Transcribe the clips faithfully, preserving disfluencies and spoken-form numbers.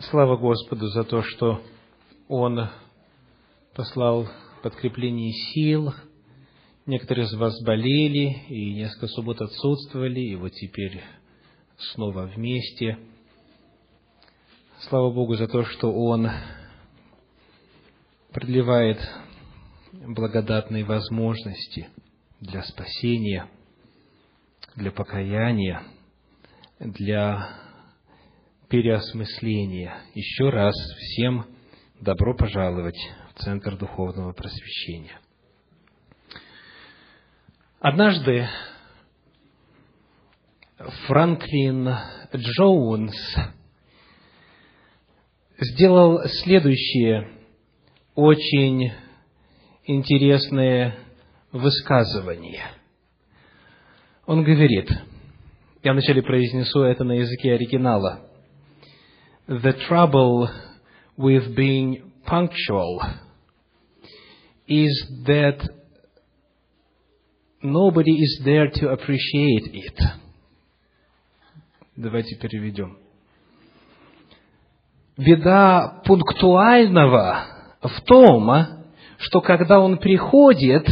Слава Господу за то, что Он послал подкрепление сил. Некоторые из вас болели и несколько суббот отсутствовали, и вот теперь снова вместе. Слава Богу за то, что Он продлевает благодатные возможности для спасения, для покаяния, для переосмысления. Еще раз всем добро пожаловать в Центр Духовного Просвещения. Однажды Франклин Джонс сделал следующее очень интересное высказывание. Он говорит, я вначале произнесу это на языке оригинала: The trouble with being punctual is that nobody is there to appreciate it. Давайте переведем. Беда пунктуального в том, что когда он приходит,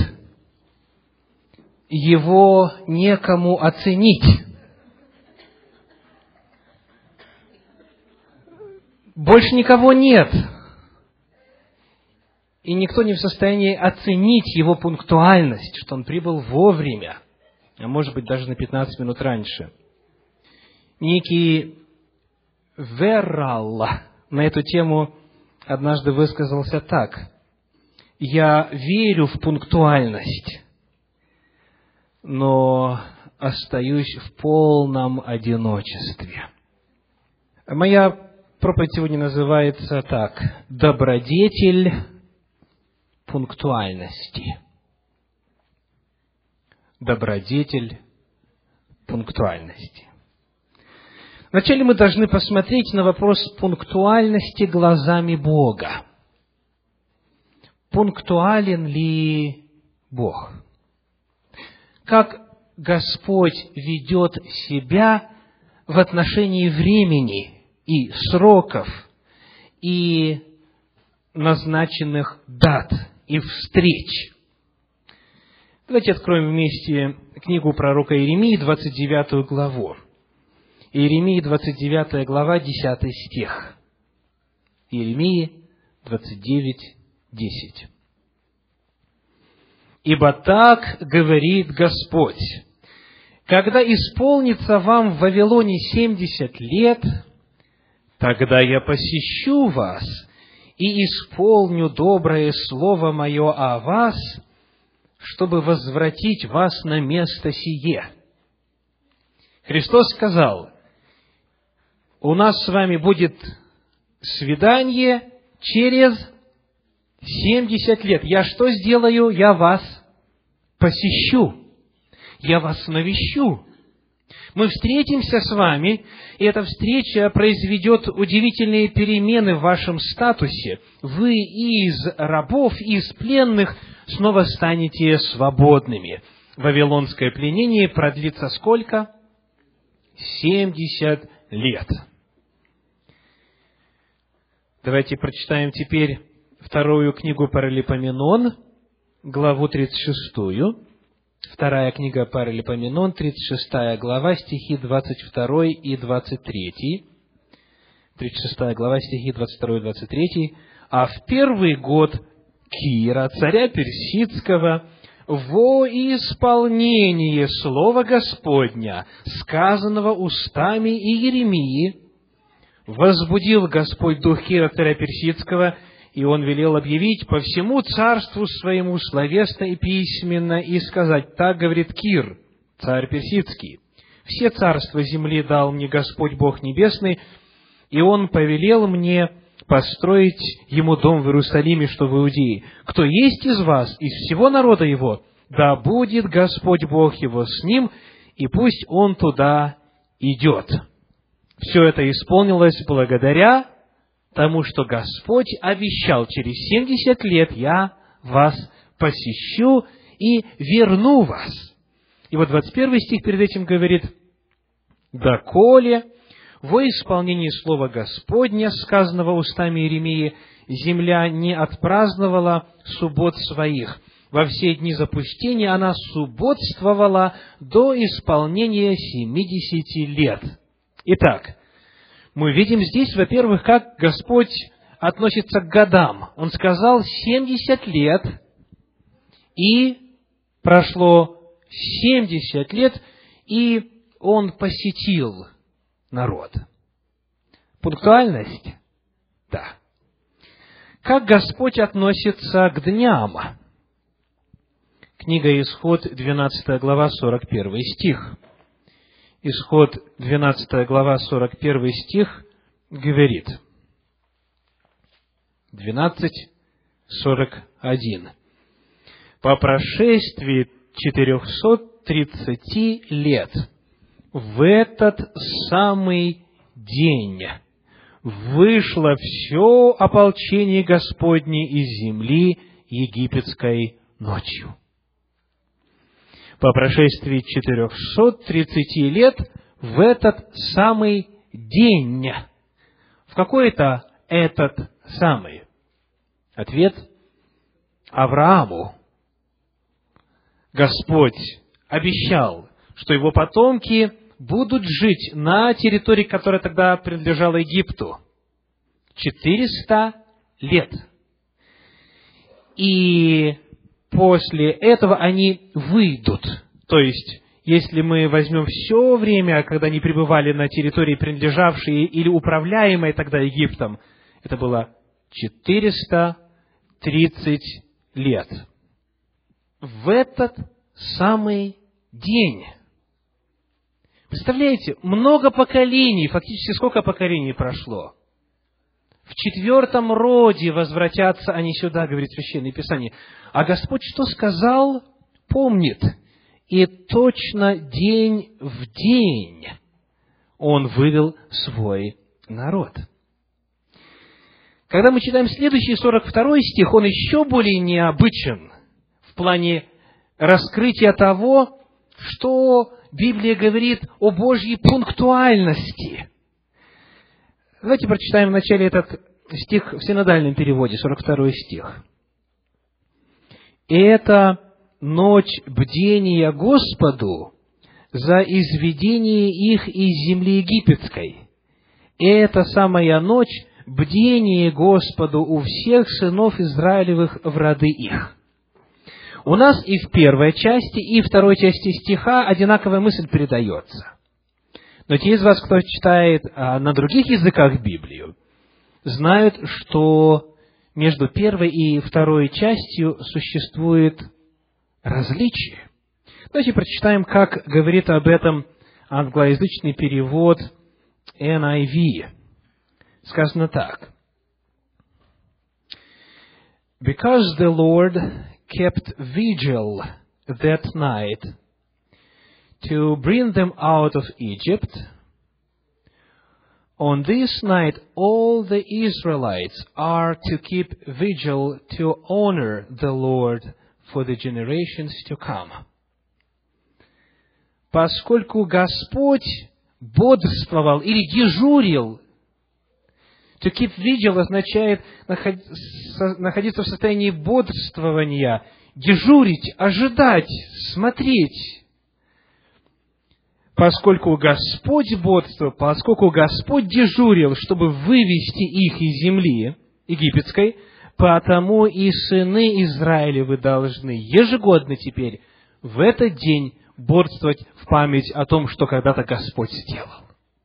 его некому оценить. Больше никого нет. И никто не в состоянии оценить его пунктуальность, что он прибыл вовремя, а может быть даже на пятнадцать минут раньше. Некий Верралл на эту тему однажды высказался так: «Я верю в пунктуальность, но остаюсь в полном одиночестве». Моя проповедь сегодня называется так: «Добродетель пунктуальности». Добродетель пунктуальности. Вначале мы должны посмотреть на вопрос пунктуальности глазами Бога. Пунктуален ли Бог? Как Господь ведет себя в отношении времени и сроков, и назначенных дат и встреч. Давайте откроем вместе книгу пророка Иеремии, двадцать девятую главу. Иеремии, двадцать девятая глава, десятый стих. Иеремии двадцать девять, десять. «Ибо так говорит Господь: когда исполнится вам в Вавилоне семьдесят лет, тогда я посещу вас и исполню доброе слово мое о вас, чтобы возвратить вас на место сие». Христос сказал: у нас с вами будет свидание через семьдесят лет. Я что сделаю? Я вас посещу. Я вас навещу. Мы встретимся с вами, и эта встреча произведет удивительные перемены в вашем статусе. Вы из рабов, из пленных снова станете свободными. Вавилонское пленение продлится сколько? семьдесят лет. Давайте прочитаем теперь вторую книгу Паралипоменон, главу тридцать шестую. Вторая книга Паралипоменон, тридцать шестая глава, стихи двадцать второй и двадцать третий. тридцать шестая глава, стихи двадцать второй и двадцать третий. «А в первый год Кира, царя Персидского, во исполнение слова Господня, сказанного устами Иеремии, возбудил Господь дух Кира, царя Персидского, и он велел объявить по всему царству своему словесно и письменно, и сказать: так говорит Кир, царь Персидский: все царства земли дал мне Господь Бог Небесный, и Он повелел мне построить Ему дом в Иерусалиме, что в Иудее. Кто есть из вас, из всего народа Его, да будет Господь Бог Его с ним, и пусть Он туда идет». Все это исполнилось благодаря тому, что Господь обещал: через семьдесят лет я вас посещу и верну вас. И вот двадцать первый стих перед этим говорит: «Доколе во исполнении слова Господня, сказанного устами Иеремии, земля не отпраздновала суббот своих. Во все дни запустения она субботствовала до исполнения семидесяти лет. Итак, мы видим здесь, во-первых, как Господь относится к годам. Он сказал семьдесят лет, и прошло семьдесят лет, и Он посетил народ. Пунктуальность? Да. Как Господь относится к дням? Книга Исход, двенадцатая глава, сорок первый стих. Исход, двенадцатая глава, сорок первый стих говорит. двенадцать, сорок один. «По прошествии четырехсот тридцати лет в этот самый день вышло все ополчение Господне из земли египетской ночью». По прошествии четырехсот тридцати лет в этот самый день. В какой это этот самый? Ответ – Аврааму. Господь обещал, что его потомки будут жить на территории, которая тогда принадлежала Египту, четыреста лет. И после этого они выйдут. То есть, если мы возьмем все время, когда они пребывали на территории, принадлежавшей или управляемой тогда Египтом, это было четыреста тридцать лет. В этот самый день. Представляете, много поколений, фактически сколько поколений прошло? В четвертом роде возвратятся они сюда, говорит Священное Писание. А Господь что сказал, помнит. И точно день в день Он вывел свой народ. Когда мы читаем следующий сорок второй стих, он еще более необычен в плане раскрытия того, что Библия говорит о Божьей пунктуальности. Давайте прочитаем вначале этот стих в синодальном переводе, сорок второй стих. «И это ночь бдения Господу за изведение их из земли египетской. И это самая ночь бдение Господу у всех сынов Израилевых в роды их». У нас и в первой части, и в второй части стиха одинаковая мысль передается. Но те из вас, кто читает а, на других языках Библию, знают, что между первой и второй частью существует различие. Давайте прочитаем, как говорит об этом англоязычный перевод эн ай ви. Сказано так. «Because the Lord kept vigil that night to bring them out of Egypt, on this night all the Israelites are to keep vigil to honor the Lord for the generations to come». Поскольку Господь бодрствовал или дежурил, to keep vigil означает находиться в состоянии бодрствования, дежурить, ожидать, смотреть. Поскольку Господь бодрствовал, поскольку Господь дежурил, чтобы вывести их из земли египетской, потому и сыны Израилевы должны ежегодно теперь в этот день бодрствовать в память о том, что когда-то Господь сделал.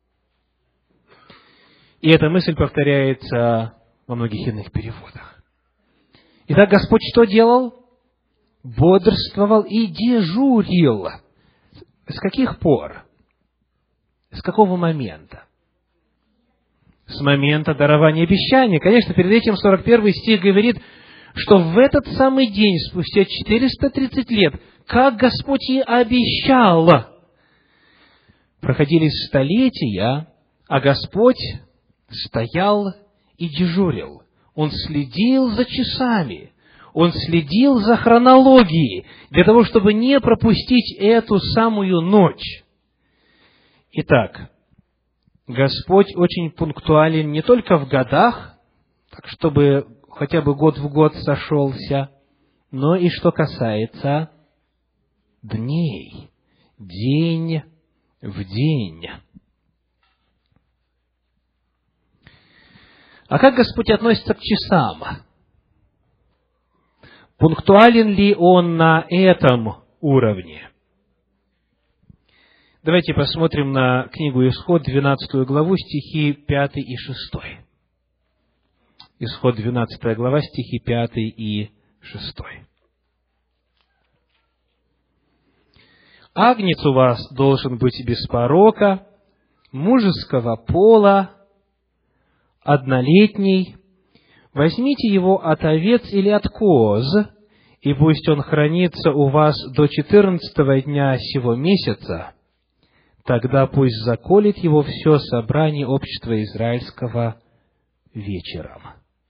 И эта мысль повторяется во многих иных переводах. Итак, Господь что делал? Бодрствовал и дежурил. С каких пор? С какого момента? С момента дарования обещания. Конечно, перед этим сорок первый стих говорит, что в этот самый день, спустя четыреста тридцать лет, как Господь и обещал, проходили столетия, а Господь стоял и дежурил. Он следил за часами. Он следил за хронологией, для того, чтобы не пропустить эту самую ночь. Итак, Господь очень пунктуален не только в годах, так чтобы хотя бы год в год сошелся, но и что касается дней, день в день. А как Господь относится к часам? Пунктуален ли Он на этом уровне? Давайте посмотрим на книгу Исход, двенадцатую главу, стихи пятый и шестой. Исход, двенадцатая глава, стихи пятый и шестой. «Агнец у вас должен быть без порока, мужеского пола, однолетний. Возьмите его от овец или от коз, и пусть он хранится у вас до четырнадцатого дня сего месяца. Тогда пусть заколет его все собрание общества израильского вечером».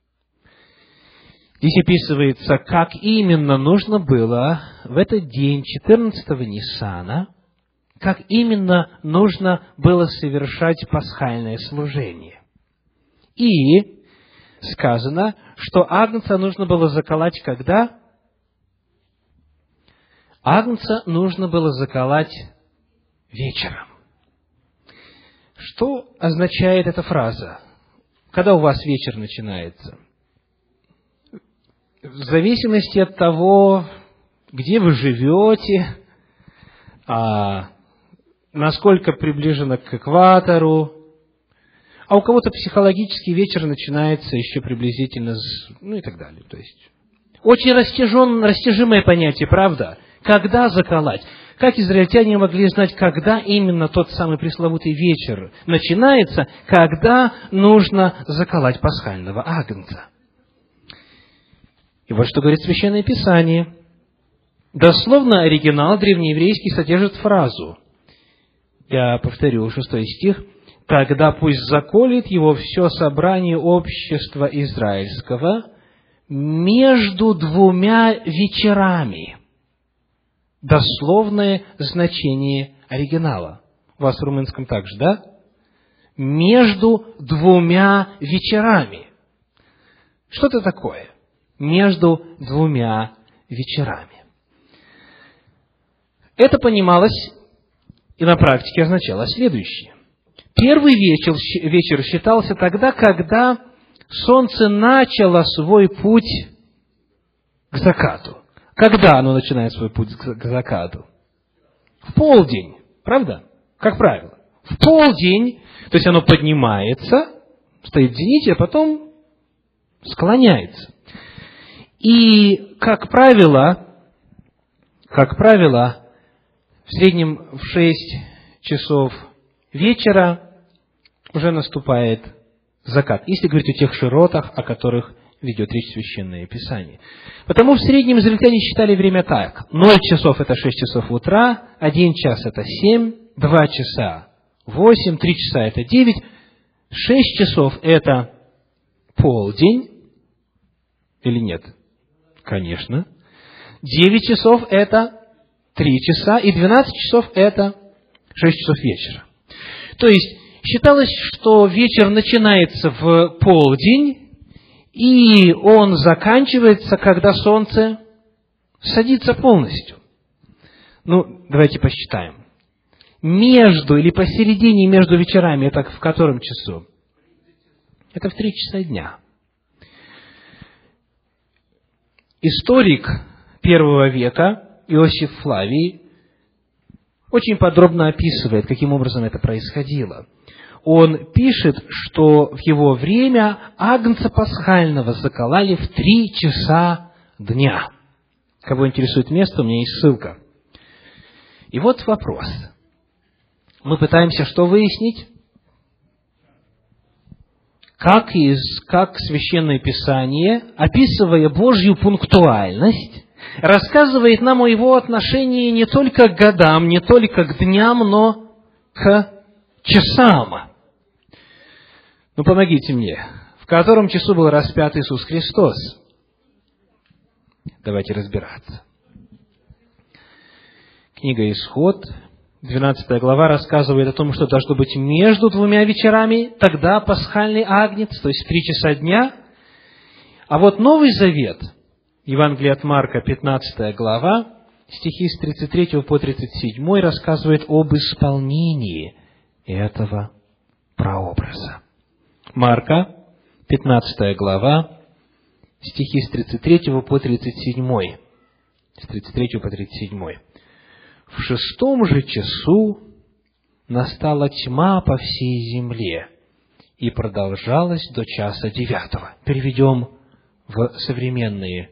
Здесь описывается, как именно нужно было в этот день, четырнадцатого Ниссана, как именно нужно было совершать пасхальное служение. И сказано, что агнца нужно было заколоть когда? Агнца нужно было заколоть вечером. Что означает эта фраза? Когда у вас вечер начинается? В зависимости от того, где вы живете, а, насколько приближено к экватору, а у кого-то психологический вечер начинается еще приблизительно, с, ну и так далее. То есть очень растяжен, растяжимое понятие, правда? Когда заколоть? Как израильтяне могли знать, когда именно тот самый пресловутый вечер начинается, когда нужно заколоть пасхального агнца? И вот что говорит Священное Писание. Дословно оригинал древнееврейский содержит фразу. Я повторю, шестой стих. «Тогда пусть заколет его все собрание общества израильского между двумя вечерами». Дословное значение оригинала. У вас в румынском также, да? Между двумя вечерами. Что это такое? Между двумя вечерами. Это понималось и на практике означало следующее. Первый вечер, вечер считался тогда, когда солнце начало свой путь к закату. Когда оно начинает свой путь к закату? В полдень, правда? Как правило. В полдень, то есть оно поднимается, стоит в зените, а потом склоняется. И, как правило, как правило, в среднем в шесть часов вечера уже наступает закат, если говорить о тех широтах, о которых ведет речь Священное Писание. Потому в среднем израильтяне считали время так. Ноль часов – это шесть часов утра, один час – это семь, два часа – восемь, три часа – это девять, шесть часов – это полдень, или нет? Конечно. девять часов – это три часа, и двенадцать часов – это шесть часов вечера. То есть, считалось, что вечер начинается в полдень, и он заканчивается, когда солнце садится полностью. Ну, давайте посчитаем. Между или посередине между вечерами, это в котором часу? Это в три часа дня. Историк первого века Иосиф Флавий очень подробно описывает, каким образом это происходило. Он пишет, что в его время агнца пасхального закололи в три часа дня. Кого интересует место, у меня есть ссылка. И вот вопрос. Мы пытаемся что выяснить? Как, из, как Священное Писание, описывая Божью пунктуальность, рассказывает нам о его отношении не только к годам, не только к дням, но к часам. Ну, помогите мне. В котором часу был распят Иисус Христос? Давайте разбираться. Книга Исход, двенадцатая глава рассказывает о том, что должно быть между двумя вечерами, тогда пасхальный агнец, то есть в три часа дня. А вот Новый Завет, Евангелие от Марка, пятнадцатая глава, стихи с тридцать третьего по тридцать седьмой, рассказывает об исполнении этого прообраза. Марка, пятнадцатая глава, стихи с тридцать третьего по тридцать седьмой. С тридцать третьего по тридцать седьмой. «В шестом же часу настала тьма по всей земле, и продолжалась до часа девятого». Переведем в современные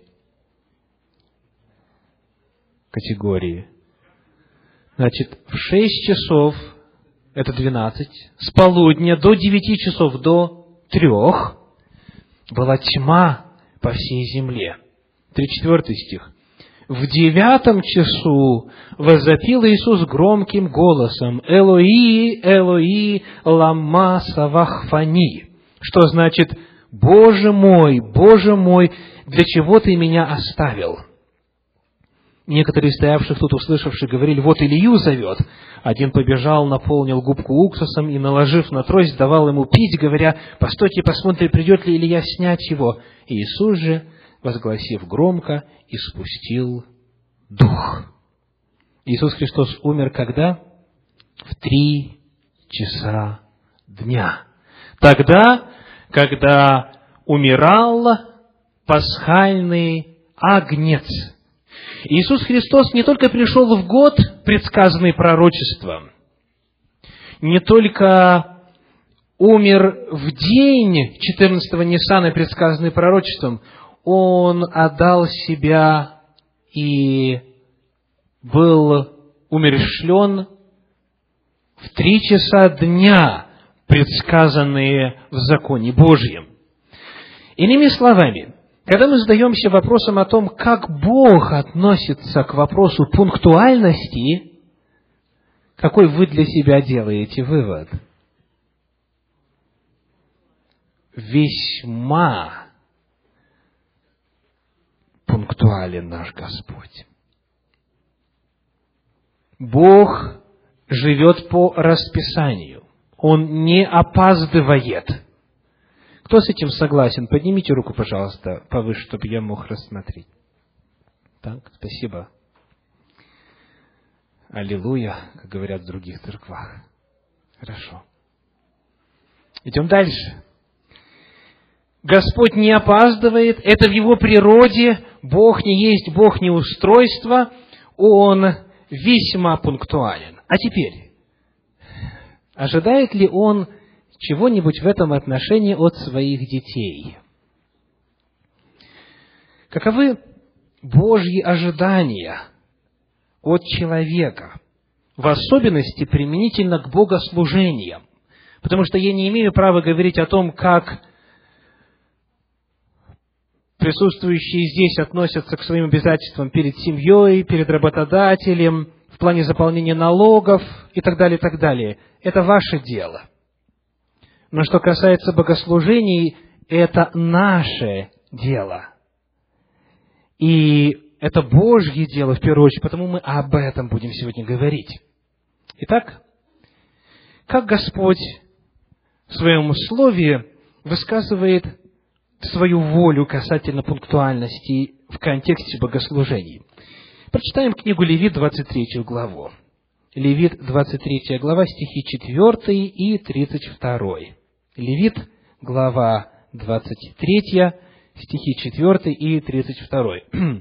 категории. Значит, в шесть часов, это двенадцать, с полудня до девяти часов, до трех, была тьма по всей земле. тридцать четвёртый стих. «В девятом часу возопил Иисус громким голосом: Элои, Элои, лама савахфани», что значит: «Боже мой, Боже мой, для чего ты меня оставил?» Некоторые стоявших тут, услышавшие, говорили: «Вот Илью зовет». Один побежал, наполнил губку уксусом и, наложив на трость, давал ему пить, говоря: «Постойте, посмотрим, придет ли Илья снять его». И Иисус же, возгласив громко, испустил дух. Иисус Христос умер когда? В три часа дня. Тогда, когда умирал пасхальный агнец. Иисус Христос не только пришел в год, предсказанный пророчеством, не только умер в день четырнадцатого Ниссана, предсказанный пророчеством, Он отдал себя и был умерщвлен в три часа дня, предсказанные в законе Божьем. Иными словами, когда мы задаемся вопросом о том, как Бог относится к вопросу пунктуальности, какой вы для себя делаете вывод? Весьма пунктуален наш Господь. Бог живет по расписанию. Он не опаздывает. Кто с этим согласен? Поднимите руку, пожалуйста, повыше, чтобы я мог рассмотреть. Так, спасибо. Аллилуйя, как говорят в других церквах. Хорошо. Идем дальше. Господь не опаздывает, это в Его природе. Бог не есть Бог не устройство, Он весьма пунктуален. А теперь, ожидает ли Он чего-нибудь в этом отношении от своих детей? Каковы Божьи ожидания от человека, в особенности применительно к богослужениям? Потому что я не имею права говорить о том, как присутствующие здесь относятся к своим обязательствам перед семьей, перед работодателем, в плане заполнения налогов и так далее, и так далее. Это ваше дело. Но что касается богослужений, это наше дело. И это Божье дело, в первую очередь, потому мы об этом будем сегодня говорить. Итак, как Господь в Своем Слове высказывает свою волю касательно пунктуальности в контексте богослужений. Прочитаем книгу Левит, двадцать третью главу. Левит, двадцать третья глава, стихи четвёртый и тридцать второй. Левит, глава двадцать третья, стихи четвёртый и тридцать второй.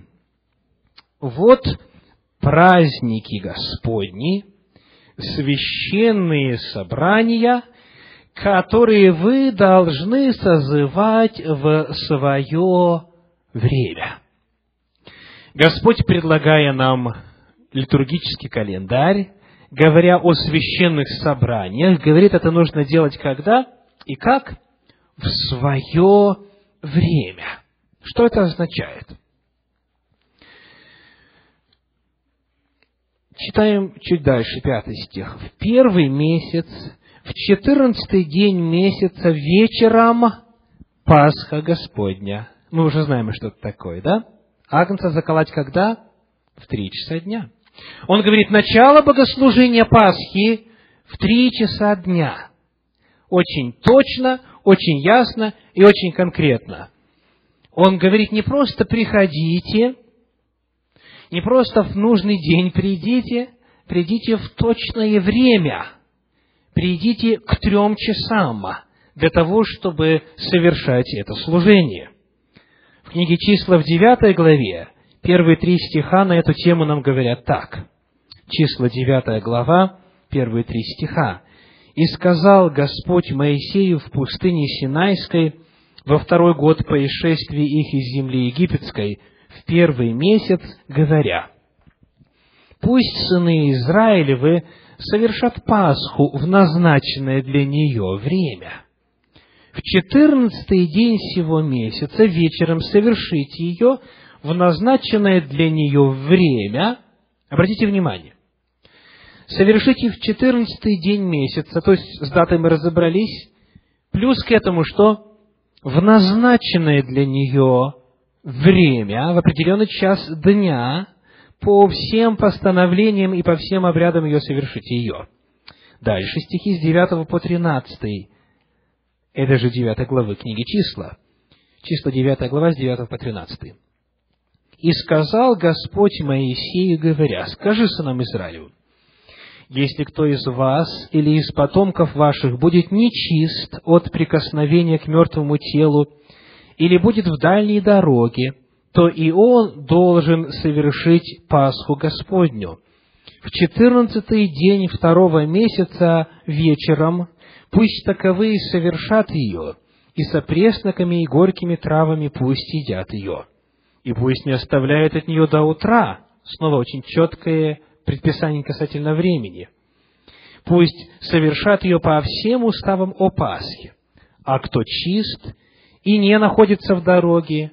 «Вот праздники Господни, священные собрания, которые вы должны созывать в свое время». Господь, предлагая нам литургический календарь, говоря о священных собраниях, говорит, это нужно делать когда и как? В свое время. Что это означает? Читаем чуть дальше, пятый стих. «В первый месяц, в четырнадцатый день месяца вечером Пасха Господня». Мы уже знаем, что это такое, да? Агнца заколоть когда? В три часа дня. Он говорит, начало богослужения Пасхи в три часа дня. Очень точно, очень ясно и очень конкретно. Он говорит, не просто приходите, не просто в нужный день придите, придите в точное время. Придите к трем часам для того, чтобы совершать это служение. В книге «Числа» в девятой главе первые три стиха на эту тему нам говорят так. Числа, девятая глава, первые три стиха. «И сказал Господь Моисею в пустыне Синайской во второй год по исшествии их из земли египетской, в первый месяц, говоря, пусть сыны Израилевы совершат Пасху в назначенное для нее время. В четырнадцатый день сего месяца вечером совершите ее в назначенное для нее время». Обратите внимание. Совершите в четырнадцатый день месяца, то есть с датой мы разобрались, плюс к этому что? В назначенное для нее время, в определенный час дня, по всем постановлениям и по всем обрядам ее совершите ее. Дальше стихи с девятого по тринадцатый. Это же девятой главы книги «Числа». Числа девятая глава с девятого по тринадцатый. «И сказал Господь Моисею, говоря, скажи сынам Израилю, если кто из вас или из потомков ваших будет нечист от прикосновения к мертвому телу или будет в дальней дороге, то и он должен совершить Пасху Господню. В четырнадцатый день второго месяца вечером пусть таковые совершат ее, и с опресноками и горькими травами пусть едят ее. И пусть не оставляют от нее до утра». Снова очень четкое предписание касательно времени. «Пусть совершат ее по всем уставам о Пасхе. А кто чист и не находится в дороге,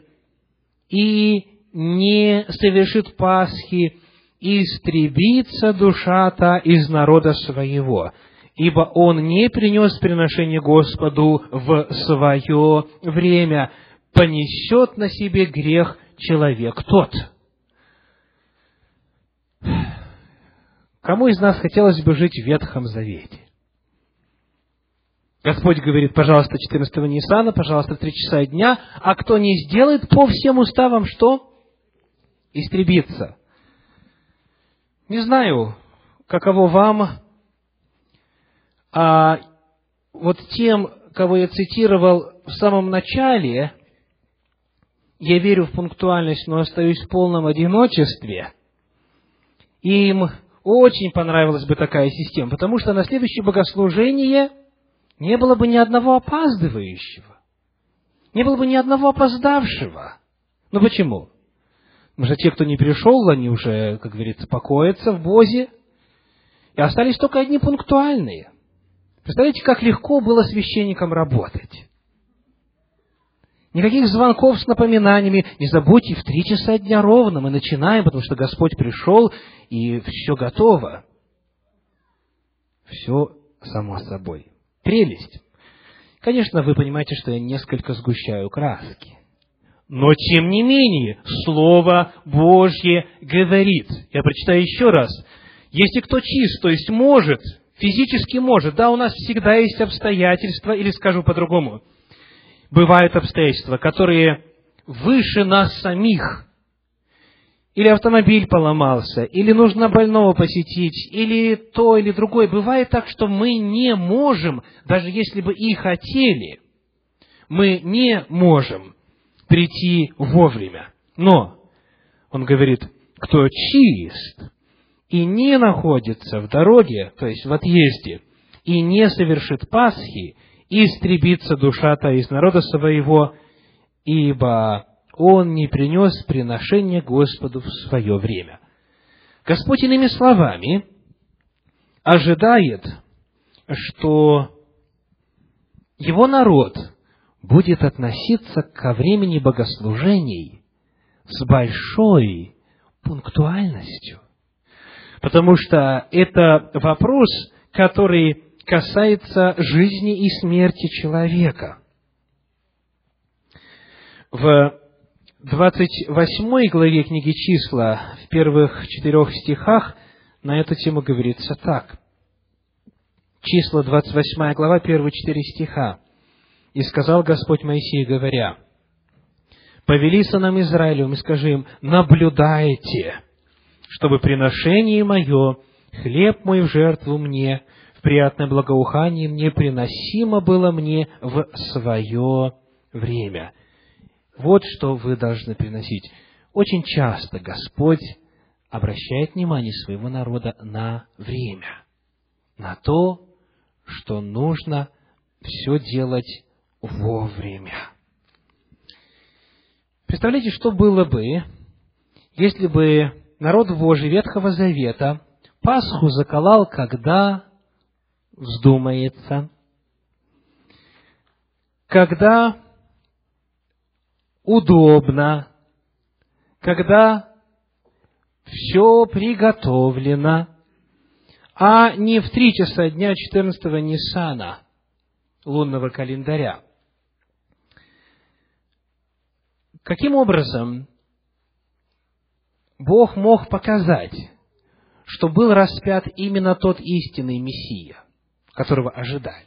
и не совершит Пасхи, истребится душа та из народа своего, ибо он не принес приношение Господу в свое время, понесет на себе грех человек тот». Кому из нас хотелось бы жить в Ветхом Завете? Господь говорит, пожалуйста, четырнадцатого Ниссана, пожалуйста, в три часа дня, а кто не сделает по всем уставам, что? Истребится. Не знаю, каково вам, а вот тем, кого я цитировал в самом начале, я верю в пунктуальность, но остаюсь в полном одиночестве, им очень понравилась бы такая система, потому что на следующее богослужение не было бы ни одного опаздывающего, не было бы ни одного опоздавшего. Ну почему? Потому что те, кто не пришел, они уже, как говорится, покоятся в Бозе, и остались только одни пунктуальные. Представляете, как легко было священникам работать? Никаких звонков с напоминаниями. Не забудьте, в три часа дня ровно мы начинаем, потому что Господь пришел, и все готово. Все само собой. Прелесть. Конечно, вы понимаете, что я несколько сгущаю краски. Но, тем не менее, Слово Божье говорит. Я прочитаю еще раз. Если кто чист, то есть может, физически может. Да, у нас всегда есть обстоятельства, или скажу по-другому. Бывают обстоятельства, которые выше нас самих. Или автомобиль поломался, или нужно больного посетить, или то, или другое. Бывает так, что мы не можем, даже если бы и хотели, мы не можем прийти вовремя. Но, он говорит, кто чист и не находится в дороге, то есть в отъезде, и не совершит Пасхи, истребится душа-то из народа своего, ибо он не принес приношение Господу в свое время. Господь, иными словами, ожидает, что его народ будет относиться ко времени богослужений с большой пунктуальностью. Потому что это вопрос, который касается жизни и смерти человека. В двадцать восьмой главе книги «Числа», в первых четырех стихах, на эту тему говорится так. Числа, двадцать восьмая глава, первые четыре стиха. «И сказал Господь Моисею, говоря: повели сынам Израилевым и скажи им: наблюдайте, чтобы приношение мое, хлеб мой в жертву мне, в приятное благоухание мне приносимо было мне в свое время». Вот что вы должны приносить. Очень часто Господь обращает внимание своего народа на время, на то, что нужно все делать вовремя. Представляете, что было бы, если бы народ Божий Ветхого Завета Пасху заколол, когда вздумается, когда удобно, когда все приготовлено, а не в три часа дня четырнадцатого Ниссана лунного календаря. Каким образом Бог мог показать, что был распят именно тот истинный Мессия, которого ожидали?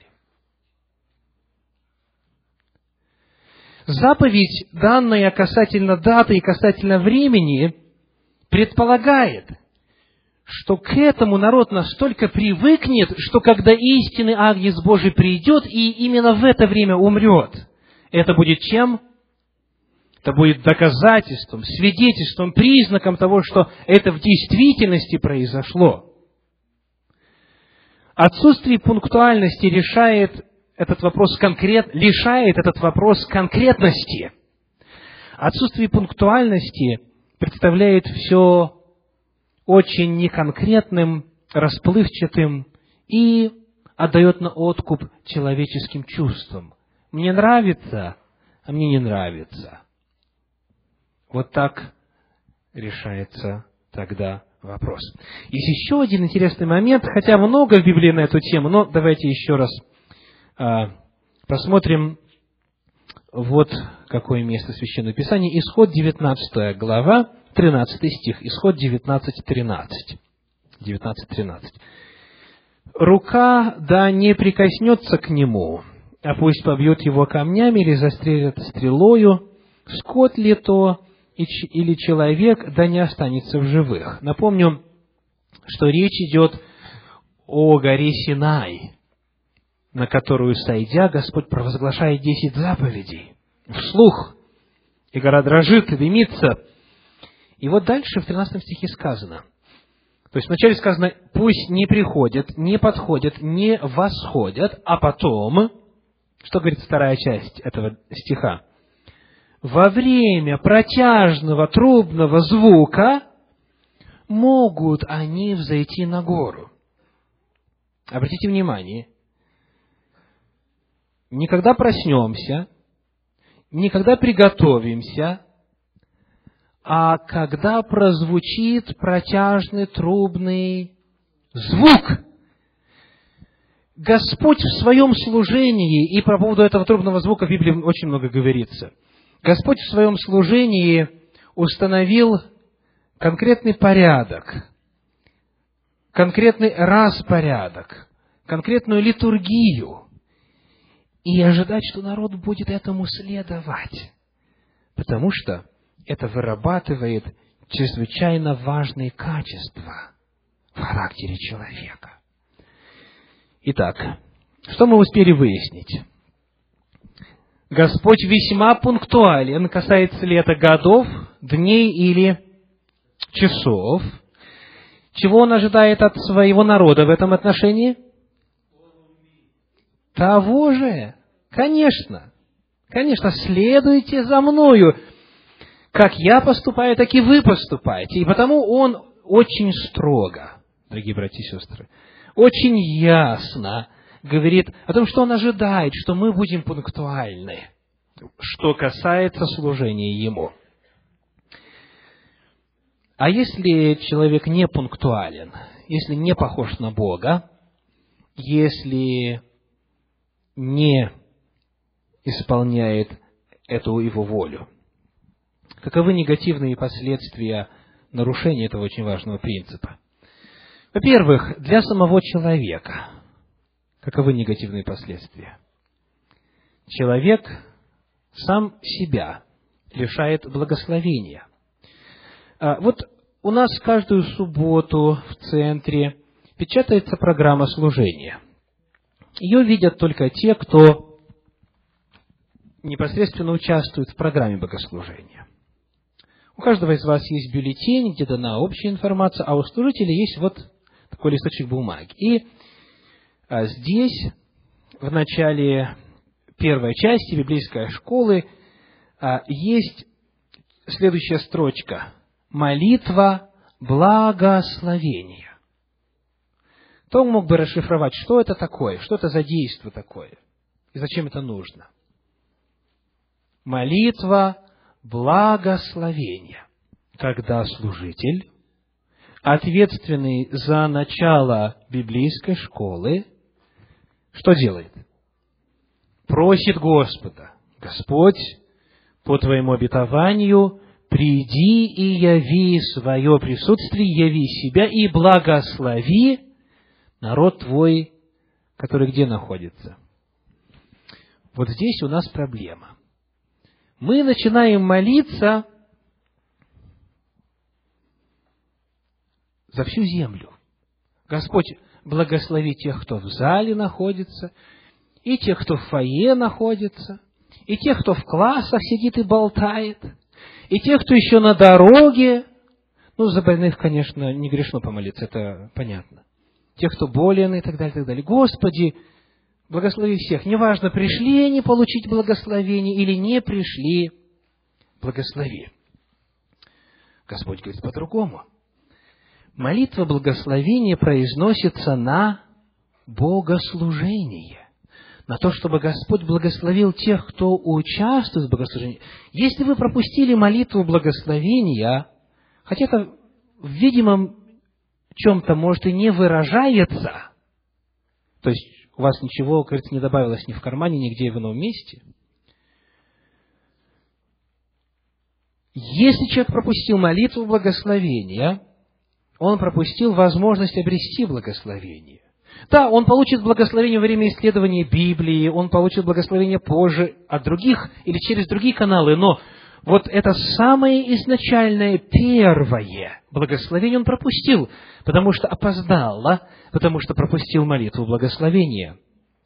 Заповедь, данная касательно даты и касательно времени, предполагает, что к этому народ настолько привыкнет, что когда истинный Агнец Божий придет и именно в это время умрет, это будет чем? Это будет доказательством, свидетельством, признаком того, что это в действительности произошло. Отсутствие пунктуальности решает этот вопрос конкрет, лишает этот вопрос конкретности. Отсутствие пунктуальности представляет все очень неконкретным, расплывчатым и отдает на откуп человеческим чувствам. Мне нравится, а мне не нравится. Вот так решается тогда вопрос. Есть еще один интересный момент, хотя много в Библии на эту тему, но давайте еще раз а, посмотрим вот какое место Священного Писания. Исход девятнадцатая глава, тринадцатый стих. Исход девятнадцать тринадцать. девятнадцать тринадцать. «Рука да не прикоснется к нему, а пусть побьет его камнями или застрелит стрелою, скот ли то, или человек, да не останется в живых». Напомню, что речь идет о горе Синай, на которую, сойдя, Господь провозглашает десять заповедей вслух, и гора дрожит, и дымится. И вот дальше в тринадцатом стихе сказано, то есть вначале сказано: пусть не приходят, не подходят, не восходят, а потом, что говорит вторая часть этого стиха? Во время протяжного трубного звука могут они взойти на гору. Обратите внимание, не когда проснемся, не когда приготовимся, а когда прозвучит протяжный трубный звук. Господь в своем служении, и по поводу этого трубного звука в Библии очень много говорится, Господь в своем служении установил конкретный порядок, конкретный распорядок, конкретную литургию, и ожидать, что народ будет этому следовать, потому что это вырабатывает чрезвычайно важные качества в характере человека. Итак, что мы успели выяснить? Господь весьма пунктуален, касается ли это годов, дней или часов. Чего Он ожидает от своего народа в этом отношении? Того же. Конечно. Конечно, следуйте за мною. Как я поступаю, так и вы поступаете. И потому Он очень строго, дорогие братья и сестры, очень ясно говорит о том, что Он ожидает, что мы будем пунктуальны, что касается служения Ему. А если человек не пунктуален, если не похож на Бога, если не исполняет эту Его волю, Каковы негативные последствия нарушения этого очень важного принципа? Во-первых, для самого человека. Каковы негативные последствия? Человек сам себя лишает благословения. Вот у нас каждую субботу в центре печатается программа служения. Ее видят только те, кто непосредственно участвует в программе богослужения. У каждого из вас есть бюллетень, где дана общая информация, а у служителя есть вот такой листочек бумаги. И а, здесь, в начале первой части библейской школы, а, есть следующая строчка. Молитва благословения. Кто мог бы расшифровать, что это такое, что это за действие такое, и зачем это нужно? Молитва благословения. Когда служитель, ответственный за начало библейской школы, что делает? Просит Господа: Господь, по Твоему обетованию, приди и яви свое присутствие, яви себя и благослови народ Твой, который где находится? Вот здесь у нас проблема. Мы начинаем молиться за всю землю. Господь, благослови тех, кто в зале находится, и тех, кто в фойе находится, и тех, кто в классах сидит и болтает, и тех, кто еще на дороге. Ну, за больных, конечно, не грешно помолиться, это понятно. Тех, кто болен, и так далее, и так далее. Господи, благослови всех. Неважно, пришли они получить благословение или не пришли, благослови. Господь говорит по-другому. Молитва благословения произносится на богослужение. На то, чтобы Господь благословил тех, кто участвует в богослужении. Если вы пропустили молитву благословения, хотя это в видимом чем-то, может, и не выражается, то есть у вас ничего, кажется, не добавилось ни в кармане, нигде в ином месте. Если человек пропустил молитву благословения, он пропустил возможность обрести благословение. Да, он получит благословение во время исследования Библии, он получит благословение позже от других или через другие каналы, но вот это самое изначальное, первое благословение он пропустил, потому что опоздал, потому что пропустил молитву благословения.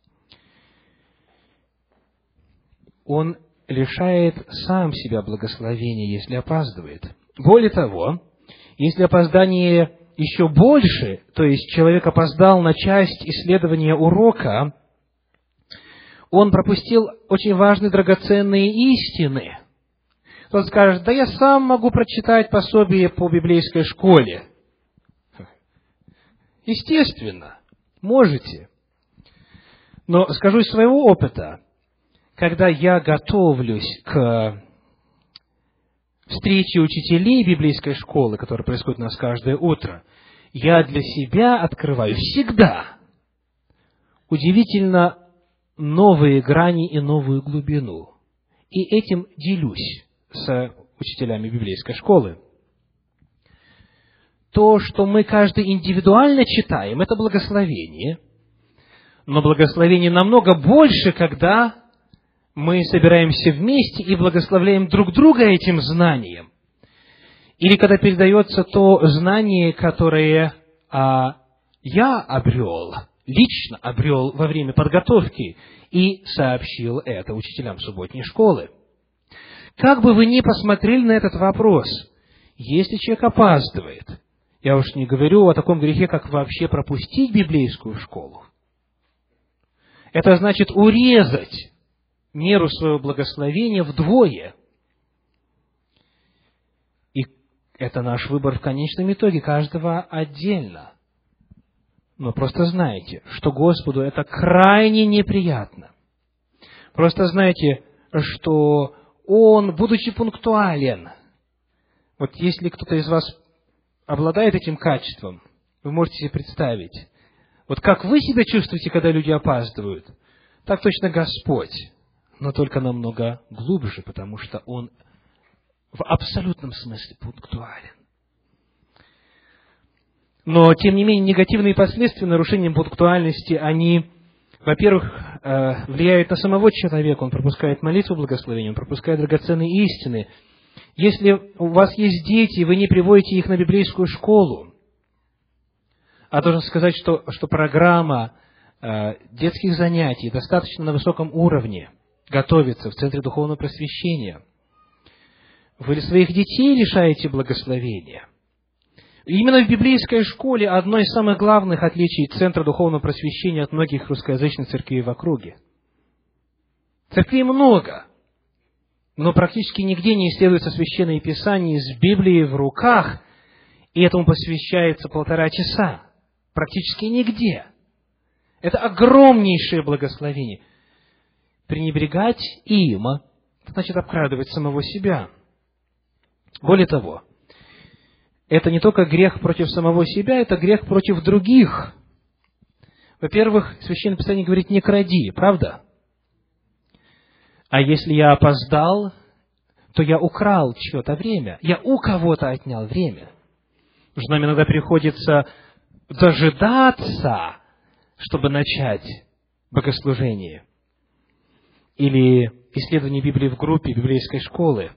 Он лишает сам себя благословения, если опаздывает. Более того, если опоздание еще больше, то есть человек опоздал на часть исследования урока, он пропустил очень важные драгоценные истины. Тот скажет: да я сам могу прочитать пособие по библейской школе. Естественно, можете. Но скажу из своего опыта, когда я готовлюсь к встрече учителей библейской школы, которая происходит у нас каждое утро, я для себя открываю всегда удивительно новые грани и новую глубину. И этим делюсь с учителями библейской школы. То, что мы каждый индивидуально читаем, это благословение. Но благословение намного больше, когда мы собираемся вместе и благословляем друг друга этим знанием. Или когда передается то знание, которое а, я обрел, лично обрел во время подготовки, и сообщил это учителям субботней школы. Как бы вы ни посмотрели на этот вопрос, если человек опаздывает, я уж не говорю о таком грехе, как вообще пропустить библейскую школу, это значит урезать меру своего благословения вдвое. И это наш выбор в конечном итоге, каждого отдельно. Но просто знайте, что Господу это крайне неприятно. Просто знайте, что Он, будучи пунктуален, вот если кто-то из вас обладает этим качеством, вы можете себе представить, вот как вы себя чувствуете, когда люди опаздывают, так точно Господь, но только намного глубже, потому что Он в абсолютном смысле пунктуален. Но, тем не менее, негативные последствия нарушения пунктуальности, они, во-первых, влияют на самого человека, он пропускает молитву благословения, он пропускает драгоценные истины. Если у вас есть дети, и вы не приводите их на библейскую школу, а должен сказать, что, что программа э, детских занятий достаточно на высоком уровне готовится в Центре Духовного Просвещения, вы своих детей лишаете благословения. Именно в библейской школе одно из самых главных отличий Центра Духовного Просвещения от многих русскоязычных церквей в округе. Церквей много, но практически нигде не исследуется Священное Писание с Библией в руках, и этому посвящается полтора часа. Практически нигде. Это огромнейшее благословение. Пренебрегать им, значит обкрадывать самого себя. Более того, это не только грех против самого себя, это грех против других. Во-первых, Священное Писание говорит: не кради, правда? А если я опоздал, то я украл чье-то время. Я у кого-то отнял время. Потому что нам иногда приходится дожидаться, чтобы начать богослужение. Или исследование Библии в группе библейской школы.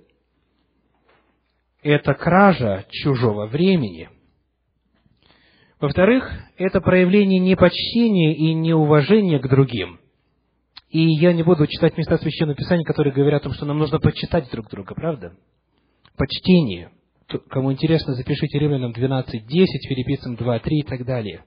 Это кража чужого времени. Во-вторых, это проявление непочтения и неуважения к другим. И я не буду читать места Священного Писания, которые говорят о том, что нам нужно почитать друг друга, правда? Почтение. Кому интересно, запишите Римлянам двенадцать десять, Филиппийцам два три и так далее.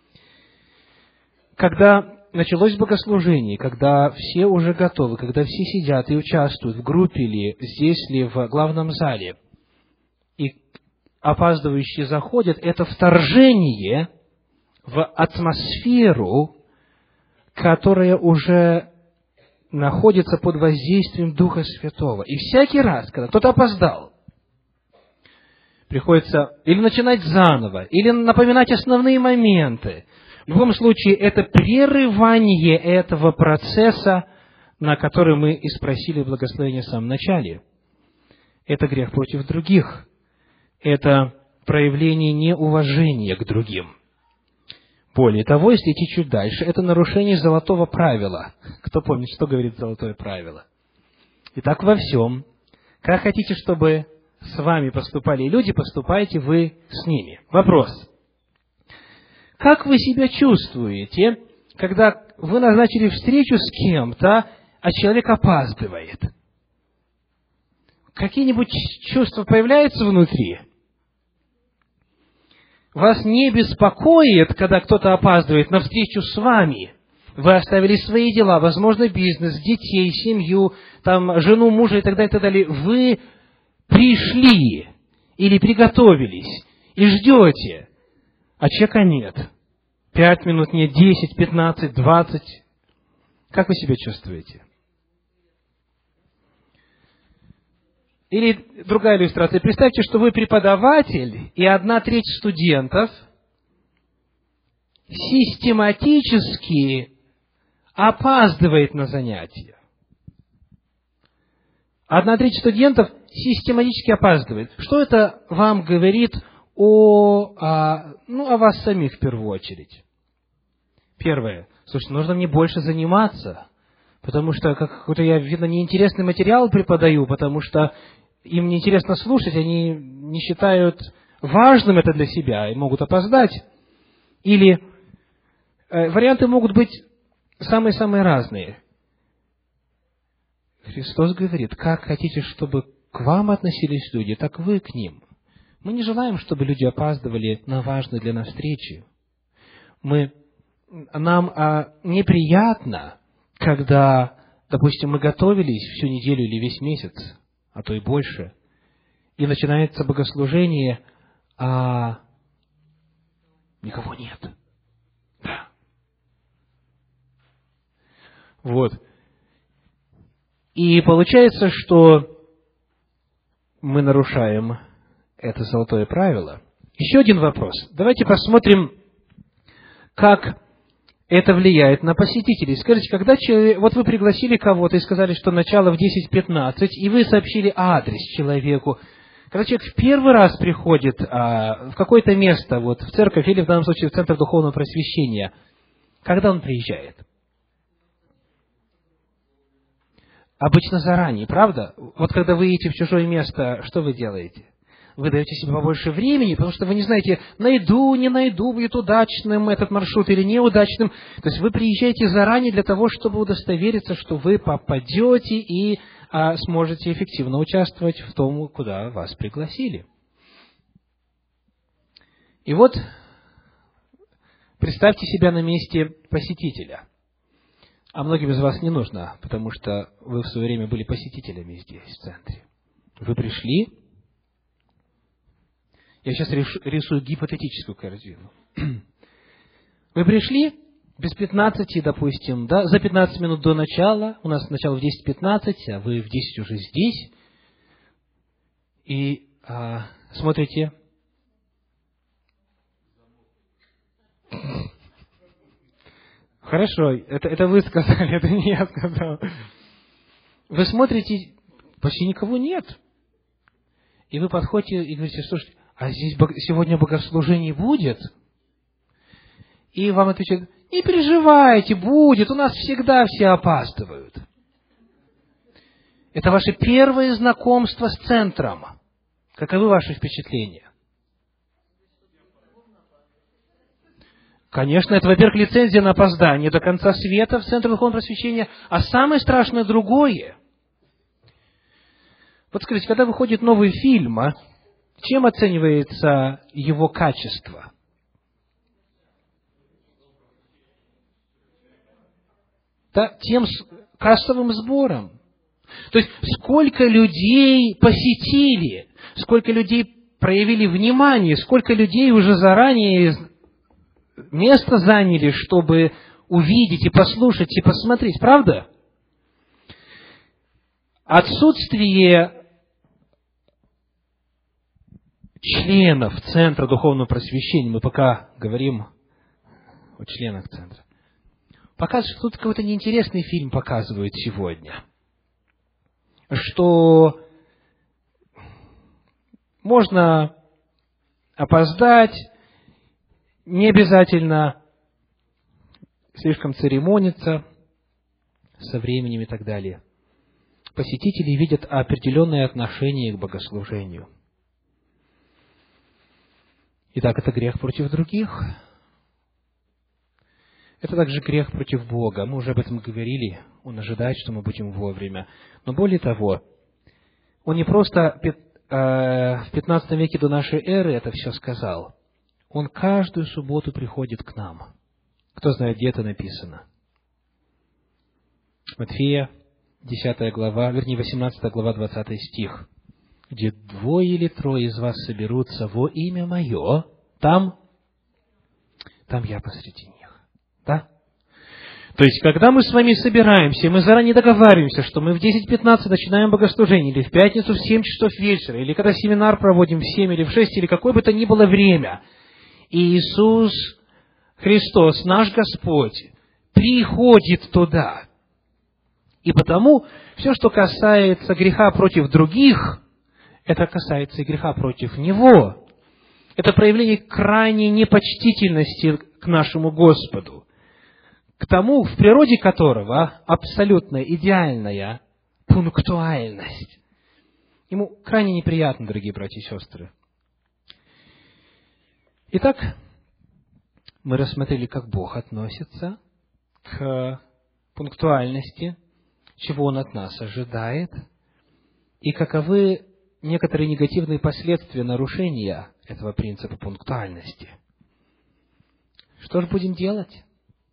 Когда началось богослужение, когда все уже готовы, когда все сидят и участвуют в группе ли, здесь ли, в главном зале, и опаздывающие заходят, это вторжение в атмосферу, которая уже находится под воздействием Духа Святого. И всякий раз, когда кто-то опоздал, приходится или начинать заново, или напоминать основные моменты. В любом случае, это прерывание этого процесса, на который мы и спросили благословения в самом начале. Это грех против других. Это проявление неуважения к другим. Более того, если идти чуть дальше, это нарушение золотого правила. Кто помнит, что говорит золотое правило? Итак, во всем, как хотите, чтобы с вами поступали люди, поступайте вы с ними. Вопрос. Как вы себя чувствуете, когда вы назначили встречу с кем-то, а человек опаздывает? Какие-нибудь чувства появляются внутри? Вас не беспокоит, когда кто-то опаздывает на встречу с вами? Вы оставили свои дела, возможно, бизнес, детей, семью, там, жену, мужа и так далее, и так далее. Вы пришли или приготовились и ждете, а человека нет. Пять минут нет, десять, пятнадцать, двадцать. Как вы себя чувствуете? Или другая иллюстрация. Представьте, что вы преподаватель, и одна треть студентов систематически опаздывает на занятия. Одна треть студентов систематически опаздывает. Что это вам говорит о, о, ну, о вас самих в первую очередь? Первое. Слушайте, нужно мне больше заниматься, потому что какой-то я, видно, неинтересный материал преподаю, потому что им неинтересно слушать, они не считают важным это для себя и могут опоздать. Или э, варианты могут быть самые-самые разные. Христос говорит: как хотите, чтобы к вам относились люди, так вы к ним. Мы не желаем, чтобы люди опаздывали на важные для нас встречи. Мы, нам а, неприятно, когда, допустим, мы готовились всю неделю или весь месяц, а то и больше, и начинается богослужение, а никого нет. Да. Вот. И получается, что мы нарушаем это золотое правило. Еще один вопрос. Давайте посмотрим, как это влияет на посетителей. Скажите, когда человек, вот вы пригласили кого-то и сказали, что начало в десять пятнадцать, и вы сообщили адрес человеку. Когда человек в первый раз приходит а, в какое-то место, вот, в церковь или в данном случае в Центр Духовного Просвещения, когда он приезжает? Обычно заранее, правда? Вот когда вы едете в чужое место, что вы делаете? Вы даете себе побольше времени, потому что вы не знаете, найду, не найду, будет удачным этот маршрут или неудачным. То есть вы приезжаете заранее для того, чтобы удостовериться, что вы попадете и а, сможете эффективно участвовать в том, куда вас пригласили. И вот представьте себя на месте посетителя. А многим из вас не нужно, потому что вы в свое время были посетителями здесь, в центре. Вы пришли. Я сейчас рисую гипотетическую картину. Вы пришли без пятнадцати, допустим, да, за пятнадцать минут до начала, у нас начало в десять пятнадцать, а вы в десять уже здесь, и а, смотрите. Хорошо, это, это вы сказали, это не я сказал. Вы смотрите, почти никого нет. И вы подходите и говорите: слушайте, а здесь сегодня богослужение будет? И вам отвечают: не переживайте, будет, у нас всегда все опаздывают. Это ваше первое знакомство с центром. Каковы ваши впечатления? Конечно, это, во-первых, лицензия на опоздание до конца света в Центре Духовного Просвещения, а самое страшное другое. Вот скажите, когда выходит новый фильм, а, чем оценивается его качество? Да, тем кассовым сбором. То есть, сколько людей посетили, сколько людей проявили внимание, сколько людей уже заранее место заняли, чтобы увидеть и послушать и посмотреть. Правда? Отсутствие членов Центра Духовного Просвещения, мы пока говорим о членах Центра, показывает, что тут какой-то неинтересный фильм показывают сегодня. Что можно опоздать, не обязательно слишком церемониться со временем и так далее. Посетители видят определенное отношение к богослужению. Итак, это грех против других. Это также грех против Бога. Мы уже об этом говорили. Он ожидает, что мы будем вовремя. Но более того, он не просто в пятнадцатом веке до нашей эры это все сказал. Он каждую субботу приходит к нам. Кто знает, где это написано? Матфея, десятая глава, вернее, восемнадцатая глава, двадцатый стих. Где двое или трое из вас соберутся во имя Мое, там, там я посреди них. Да? То есть, когда мы с вами собираемся, мы заранее договариваемся, что мы в десять пятнадцать начинаем богослужение, или в пятницу в семь часов вечера, или когда семинар проводим в семь или в шесть, или какое бы то ни было время, и Иисус Христос, наш Господь, приходит туда. И потому все, что касается греха против других, это касается и греха против Него. Это проявление крайней непочтительности к нашему Господу, к тому, в природе которого абсолютно идеальная пунктуальность. Ему крайне неприятно, дорогие братья и сестры. Итак, мы рассмотрели, как Бог относится к пунктуальности, чего Он от нас ожидает, и каковы некоторые негативные последствия нарушения этого принципа пунктуальности. Что же будем делать?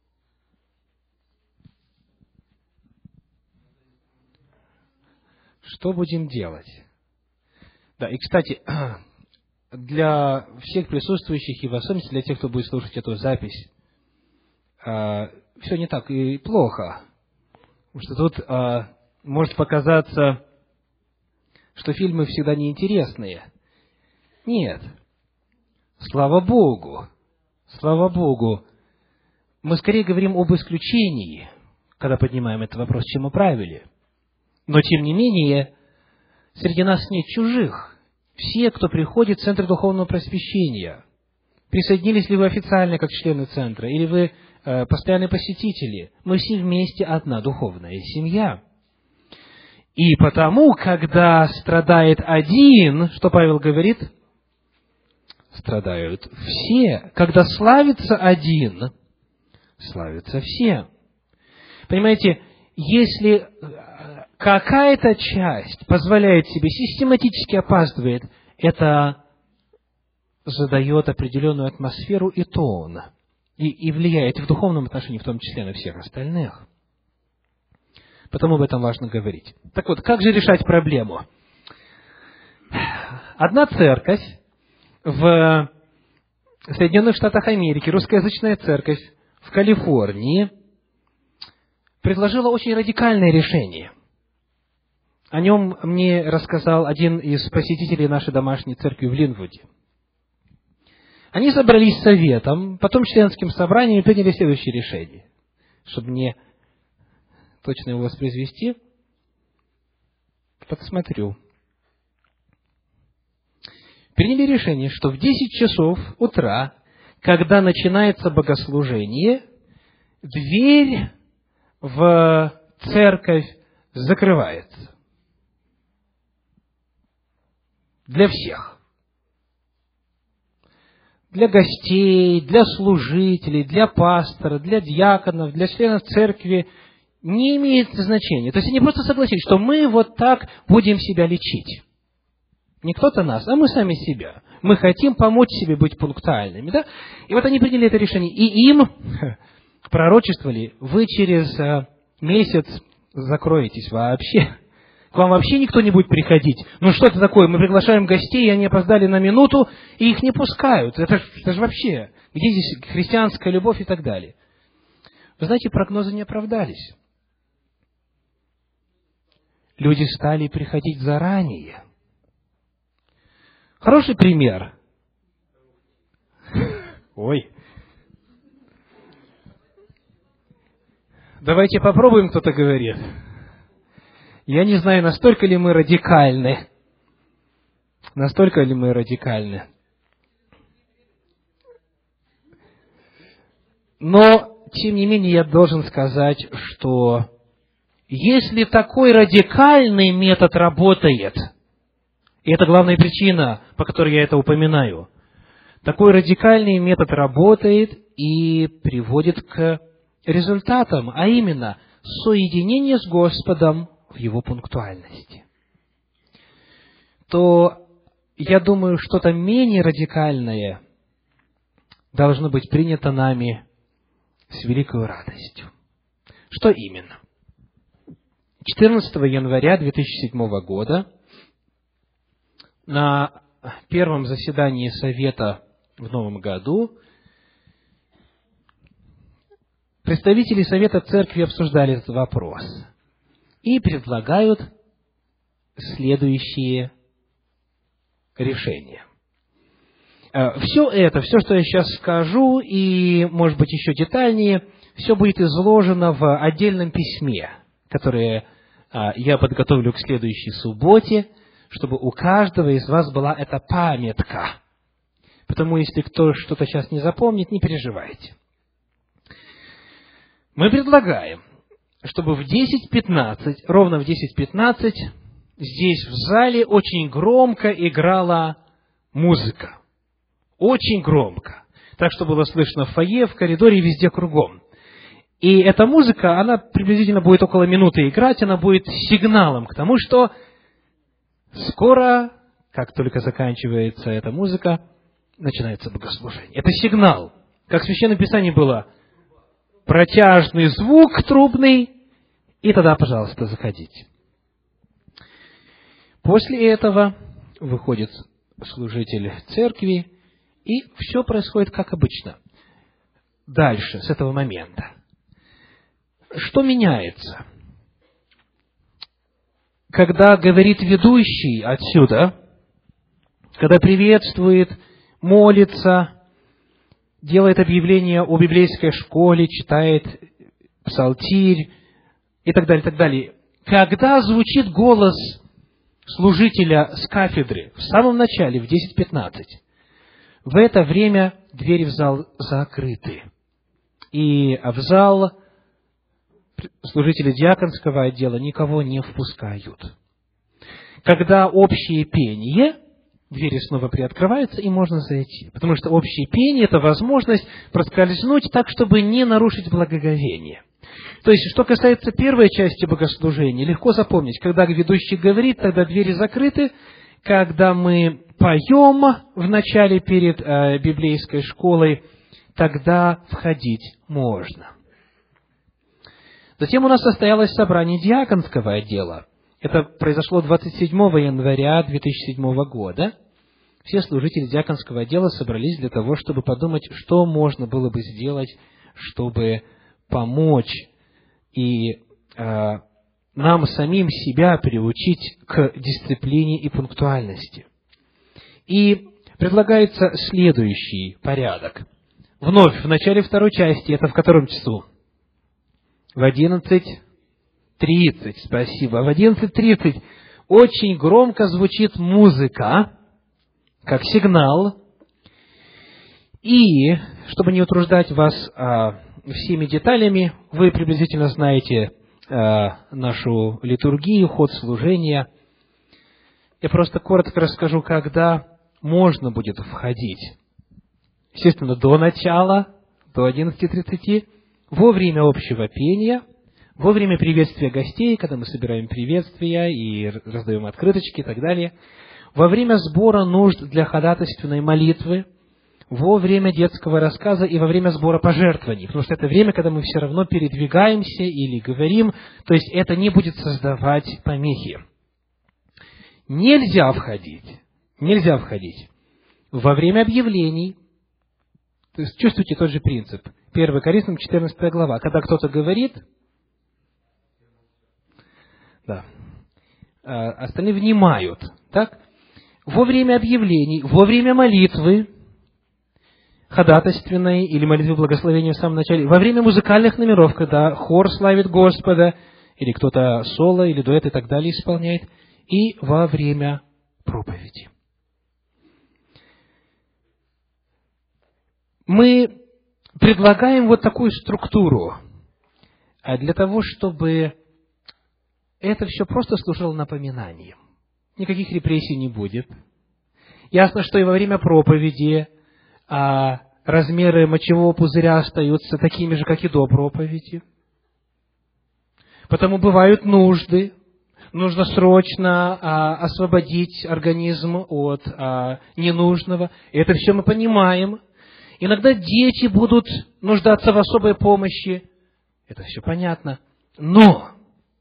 Что будем делать? Да, и, кстати, для всех присутствующих, и в особенности для тех, кто будет слушать эту запись, все не так и плохо. Потому что тут а, может показаться, что фильмы всегда неинтересные. Нет. Слава Богу. Слава Богу. мы скорее говорим об исключении, когда поднимаем этот вопрос, чем о правиле. Но, тем не менее, среди нас нет чужих. Все, кто приходит в Центр Духовного Просвещения, присоединились ли вы официально как члены Центра, или вы э, постоянные посетители, мы все вместе одна духовная семья. И потому, когда страдает один, что Павел говорит? Страдают все. Когда славится один, славятся все. Понимаете, если какая-то часть позволяет себе, систематически опаздывает, это задает определенную атмосферу и тон, и, и влияет в духовном отношении, в том числе на всех остальных. Потому об этом важно говорить. Так вот, как же решать проблему? Одна церковь в Соединенных Штатах Америки, русскоязычная церковь в Калифорнии, предложила очень радикальное решение. О нем мне рассказал один из посетителей нашей домашней церкви в Линвуде. Они собрались советом, потом членским собранием и приняли следующее решение. Чтобы мне точно его воспроизвести, подсмотрю. Приняли решение, что в десять часов утра, когда начинается богослужение, дверь в церковь закрывается. Для всех. Для гостей, для служителей, для пастора, для диаконов, для членов церкви не имеет значения. То есть они просто согласились, что мы вот так будем себя лечить. Не кто-то нас, а мы сами себя. Мы хотим помочь себе быть пунктуальными. Да? И вот они приняли это решение. И им пророчествовали: вы через месяц закроетесь вообще. К вам вообще никто не будет приходить. Ну что это такое? Мы приглашаем гостей, и они опоздали на минуту, и их не пускают. Это, это же вообще, где здесь христианская любовь и так далее. Вы знаете, прогнозы не оправдались. Люди стали приходить заранее. Хороший пример. Ой. Давайте попробуем, кто-то говорит. Я не знаю, настолько ли мы радикальны. Настолько ли мы радикальны. Но, тем не менее, я должен сказать, что если такой радикальный метод работает, и это главная причина, по которой я это упоминаю, такой радикальный метод работает и приводит к результатам, а именно соединение с Господом в Его пунктуальности, то, я думаю, что-то менее радикальное должно быть принято нами с великой радостью. Что именно? четырнадцатого января две тысячи седьмого года на первом заседании Совета в новом году представители Совета Церкви обсуждали этот вопрос и предлагают следующие решения. Все это, все, что я сейчас скажу, и, может быть, еще детальнее, все будет изложено в отдельном письме, которое я подготовлю к следующей субботе, чтобы у каждого из вас была эта памятка. Потому, если кто что-то сейчас не запомнит, не переживайте. Мы предлагаем, чтобы в десять пятнадцать, ровно в десять пятнадцать, здесь в зале очень громко играла музыка. Очень громко. Так, что было слышно в фойе, в коридоре и везде кругом. И эта музыка, она приблизительно будет около минуты играть, она будет сигналом к тому, что скоро, как только заканчивается эта музыка, начинается богослужение. Это сигнал. Как в Священном Писании было: протяжный звук трубный, и тогда, пожалуйста, заходите. После этого выходит служитель церкви, и все происходит как обычно. Дальше, с этого момента. Что меняется? Когда говорит ведущий отсюда, когда приветствует, молится, делает объявление о библейской школе, читает псалтирь и так далее, и так далее. Когда звучит голос служителя с кафедры в самом начале, в десять пятнадцать, в это время двери в зал закрыты. И в зал служители диаконского отдела никого не впускают. Когда общее пение, двери снова приоткрываются, и можно зайти. Потому что общее пение – это возможность проскользнуть так, чтобы не нарушить благоговение. То есть, что касается первой части богослужения, легко запомнить, когда ведущий говорит, тогда двери закрыты. Когда мы поем в начале перед э, библейской школой, тогда входить можно. Затем у нас состоялось собрание диаконского отдела. Это произошло двадцать седьмого января две тысячи седьмого года. Все служители диаконского отдела собрались для того, чтобы подумать, что можно было бы сделать, чтобы помочь и э, нам самим себя приучить к дисциплине и пунктуальности. И предлагается следующий порядок. Вновь, в начале второй части, это в котором часу? В одиннадцать тридцать, спасибо. В одиннадцать тридцать очень громко звучит музыка, как сигнал. И, чтобы не утруждать вас а, всеми деталями, вы приблизительно знаете а, нашу литургию, ход служения. Я просто коротко расскажу, когда можно будет входить. Естественно, до начала, до одиннадцати тридцати, во время общего пения, во время приветствия гостей, когда мы собираем приветствия и раздаем открыточки и так далее, во время сбора нужд для ходатайственной молитвы, во время детского рассказа и во время сбора пожертвований. Потому что это время, когда мы все равно передвигаемся или говорим, то есть это не будет создавать помехи. Нельзя входить, нельзя входить во время объявлений. То есть чувствуйте тот же принцип. первое Коринфянам четырнадцатая глава. Когда кто-то говорит, да, остальные внимают, так? Во время объявлений, во время молитвы, ходатайственной или молитвы благословения в самом начале, во время музыкальных номеров, когда хор славит Господа, или кто-то соло, или дуэт и так далее исполняет, и во время проповеди. Мы предлагаем вот такую структуру для того, чтобы это все просто служило напоминанием. Никаких репрессий не будет. Ясно, что и во время проповеди а размеры мочевого пузыря остаются такими же, как и до проповеди. Потому бывают нужды. Нужно срочно а, освободить организм от а, ненужного. И это все мы понимаем. Иногда дети будут нуждаться в особой помощи. Это все понятно. Но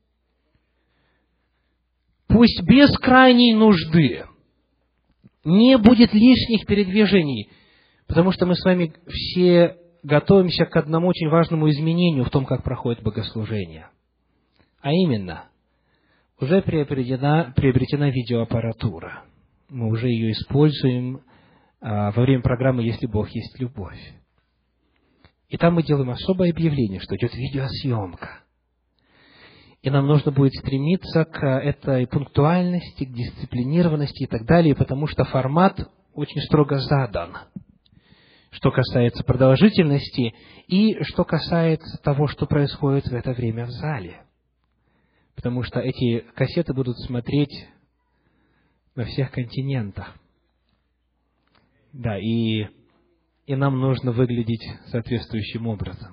пусть без крайней нужды не будет лишних передвижений, потому что мы с вами все готовимся к одному очень важному изменению в том, как проходит богослужение. А именно, уже приобретена, приобретена видеоаппаратура. Мы уже ее используем а, во время программы «Если Бог есть любовь». И там мы делаем особое объявление, что идет видеосъемка. И нам нужно будет стремиться к этой пунктуальности, к дисциплинированности и так далее, потому что формат очень строго задан, что касается продолжительности и что касается того, что происходит в это время в зале. Потому что эти кассеты будут смотреть на всех континентах. Да, и, и нам нужно выглядеть соответствующим образом.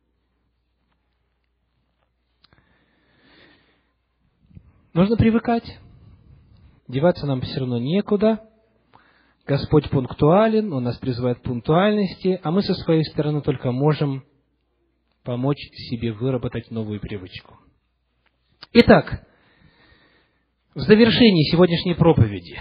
Нужно привыкать. Деваться нам все равно некуда. Господь пунктуален, Он нас призывает к пунктуальности, а мы со своей стороны только можем помочь себе выработать новую привычку. Итак, в завершении сегодняшней проповеди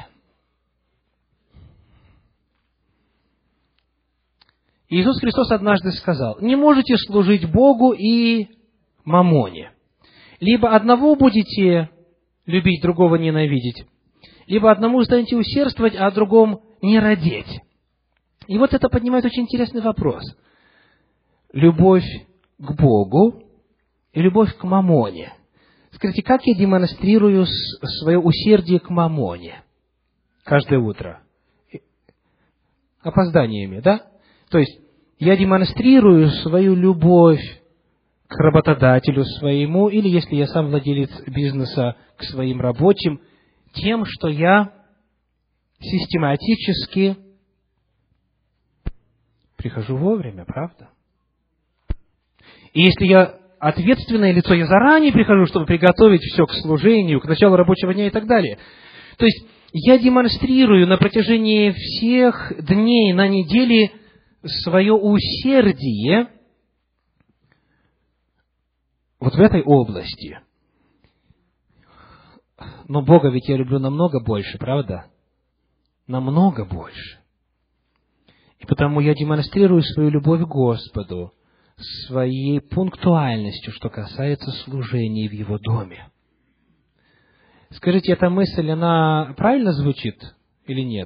Иисус Христос однажды сказал: не можете служить Богу и мамоне. Либо одного будете любить, другого ненавидеть, либо одному станете усердствовать, а о другом не радеть. И вот это поднимает очень интересный вопрос. Любовь к Богу и любовь к мамоне. Скажите, как я демонстрирую свое усердие к мамоне каждое утро? Опозданиями, да? То есть, я демонстрирую свою любовь к работодателю своему, или, если я сам владелец бизнеса, к своим рабочим, тем, что я систематически прихожу вовремя, правда? И если я ответственное лицо, я заранее прихожу, чтобы приготовить все к служению, к началу рабочего дня и так далее. То есть, я демонстрирую на протяжении всех дней на неделе свое усердие вот в этой области. Но Бога ведь я люблю намного больше, правда? Намного больше. И потому я демонстрирую свою любовь к Господу своей пунктуальностью, что касается служения в Его доме. Скажите, эта мысль, она правильно звучит или нет?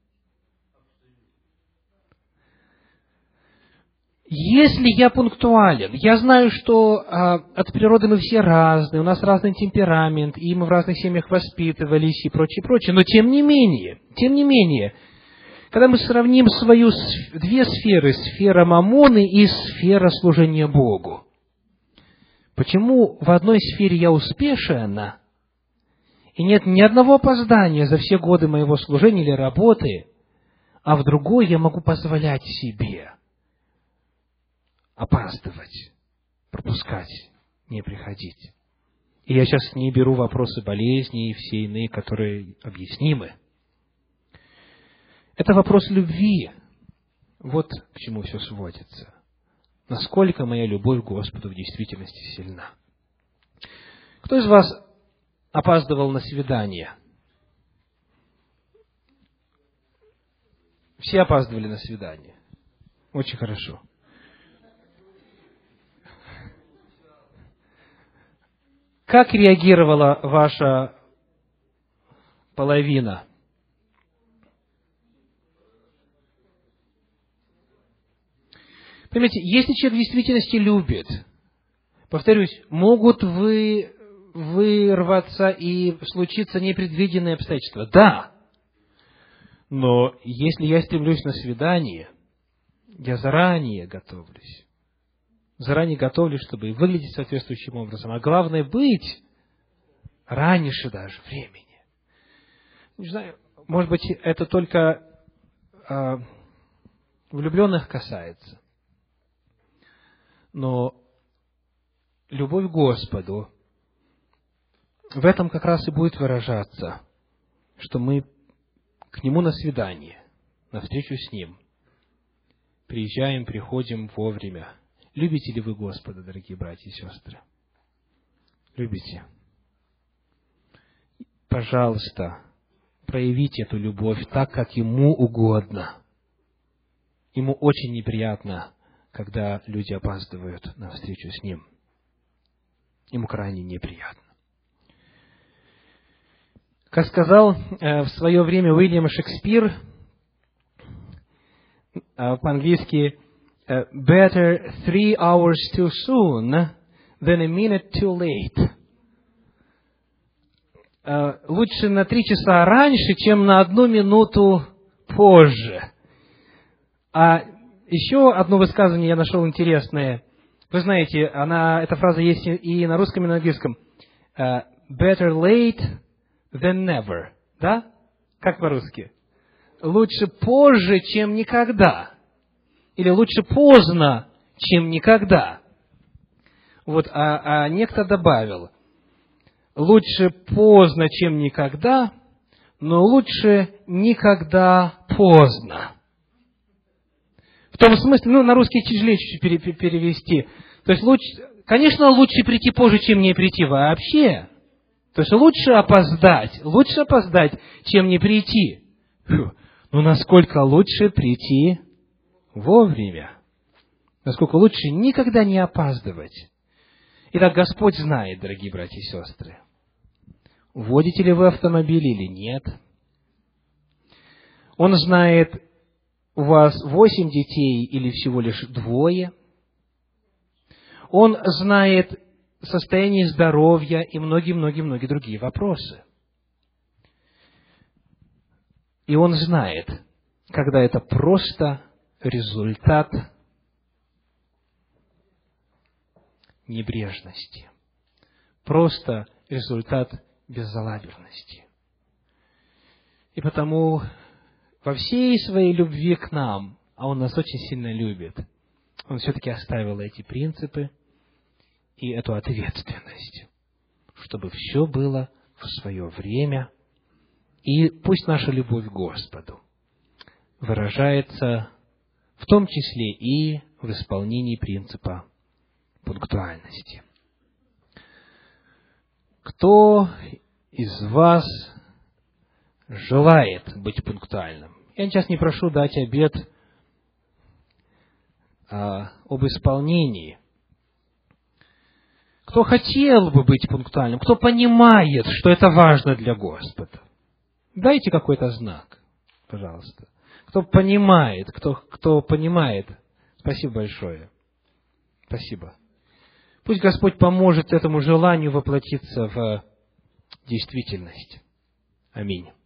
Если я пунктуален, я знаю, что а, от природы мы все разные, у нас разный темперамент, и мы в разных семьях воспитывались и прочее, прочее, но тем не менее, тем не менее, когда мы сравним свою две сферы, сфера мамоны и сфера служения Богу, почему в одной сфере я успешен, и нет ни одного опоздания за все годы моего служения или работы, а в другой я могу позволять себе опаздывать, пропускать, не приходить. И я сейчас не беру вопросы болезни и все иные, которые объяснимы. Это вопрос любви. Вот к чему все сводится. Насколько моя любовь к Господу в действительности сильна. Кто из вас опаздывал на свидание? Все опаздывали на свидание. Очень хорошо. Как реагировала ваша половина? Понимаете, если человек в действительности любит, повторюсь, могут вы вырваться и случиться непредвиденные обстоятельства. Да. Но если я стремлюсь на свидание, я заранее готовлюсь. Заранее готовлюсь, чтобы выглядеть соответствующим образом. А главное, быть раньше даже времени. Не знаю, может быть, это только э, влюбленных касается. Но любовь к Господу в этом как раз и будет выражаться, что мы к Нему на свидание, на встречу с Ним приезжаем, приходим вовремя. Любите ли вы Господа, дорогие братья и сестры? Любите? Пожалуйста, проявите эту любовь так, как Ему угодно. Ему очень неприятно, когда люди опаздывают на встречу с Ним. Ему крайне неприятно. Как сказал э, в свое время Уильям Шекспир, э, по-английски, «Better three hours too soon than a minute too late». Э, лучше на три часа раньше, чем на одну минуту позже. А еще одно высказывание я нашел интересное. Вы знаете, она, эта фраза есть и на русском, и на английском. Uh, better late than never. Да? Как по-русски? Лучше позже, чем никогда. Или лучше поздно, чем никогда. Вот, а, а некто добавил. Лучше поздно, чем никогда, но лучше никогда поздно. В том смысле, ну, на русский тяжелее чуть-чуть перевести. То есть, лучше, конечно, лучше прийти позже, чем не прийти вообще. То есть, лучше опоздать, лучше опоздать, чем не прийти. Фу. Ну, насколько лучше прийти вовремя. Насколько лучше никогда не опаздывать. Итак, Господь знает, дорогие братья и сестры, водите ли вы автомобиль или нет. Он знает, у вас восемь детей или всего лишь двое. Он знает состояние здоровья и многие-многие-многие другие вопросы. И Он знает, когда это просто результат небрежности, просто результат безалаберности. И потому во всей своей любви к нам, а Он нас очень сильно любит, Он все-таки оставил эти принципы и эту ответственность, чтобы все было в свое время. И пусть наша любовь к Господу выражается в том числе и в исполнении принципа пунктуальности. Кто из вас желает быть пунктуальным? Я сейчас не прошу дать обет а, об исполнении. Кто хотел бы быть пунктуальным, кто понимает, что это важно для Господа, дайте какой-то знак, пожалуйста. Кто понимает, кто, кто понимает, спасибо большое. Спасибо. Пусть Господь поможет этому желанию воплотиться в действительность. Аминь.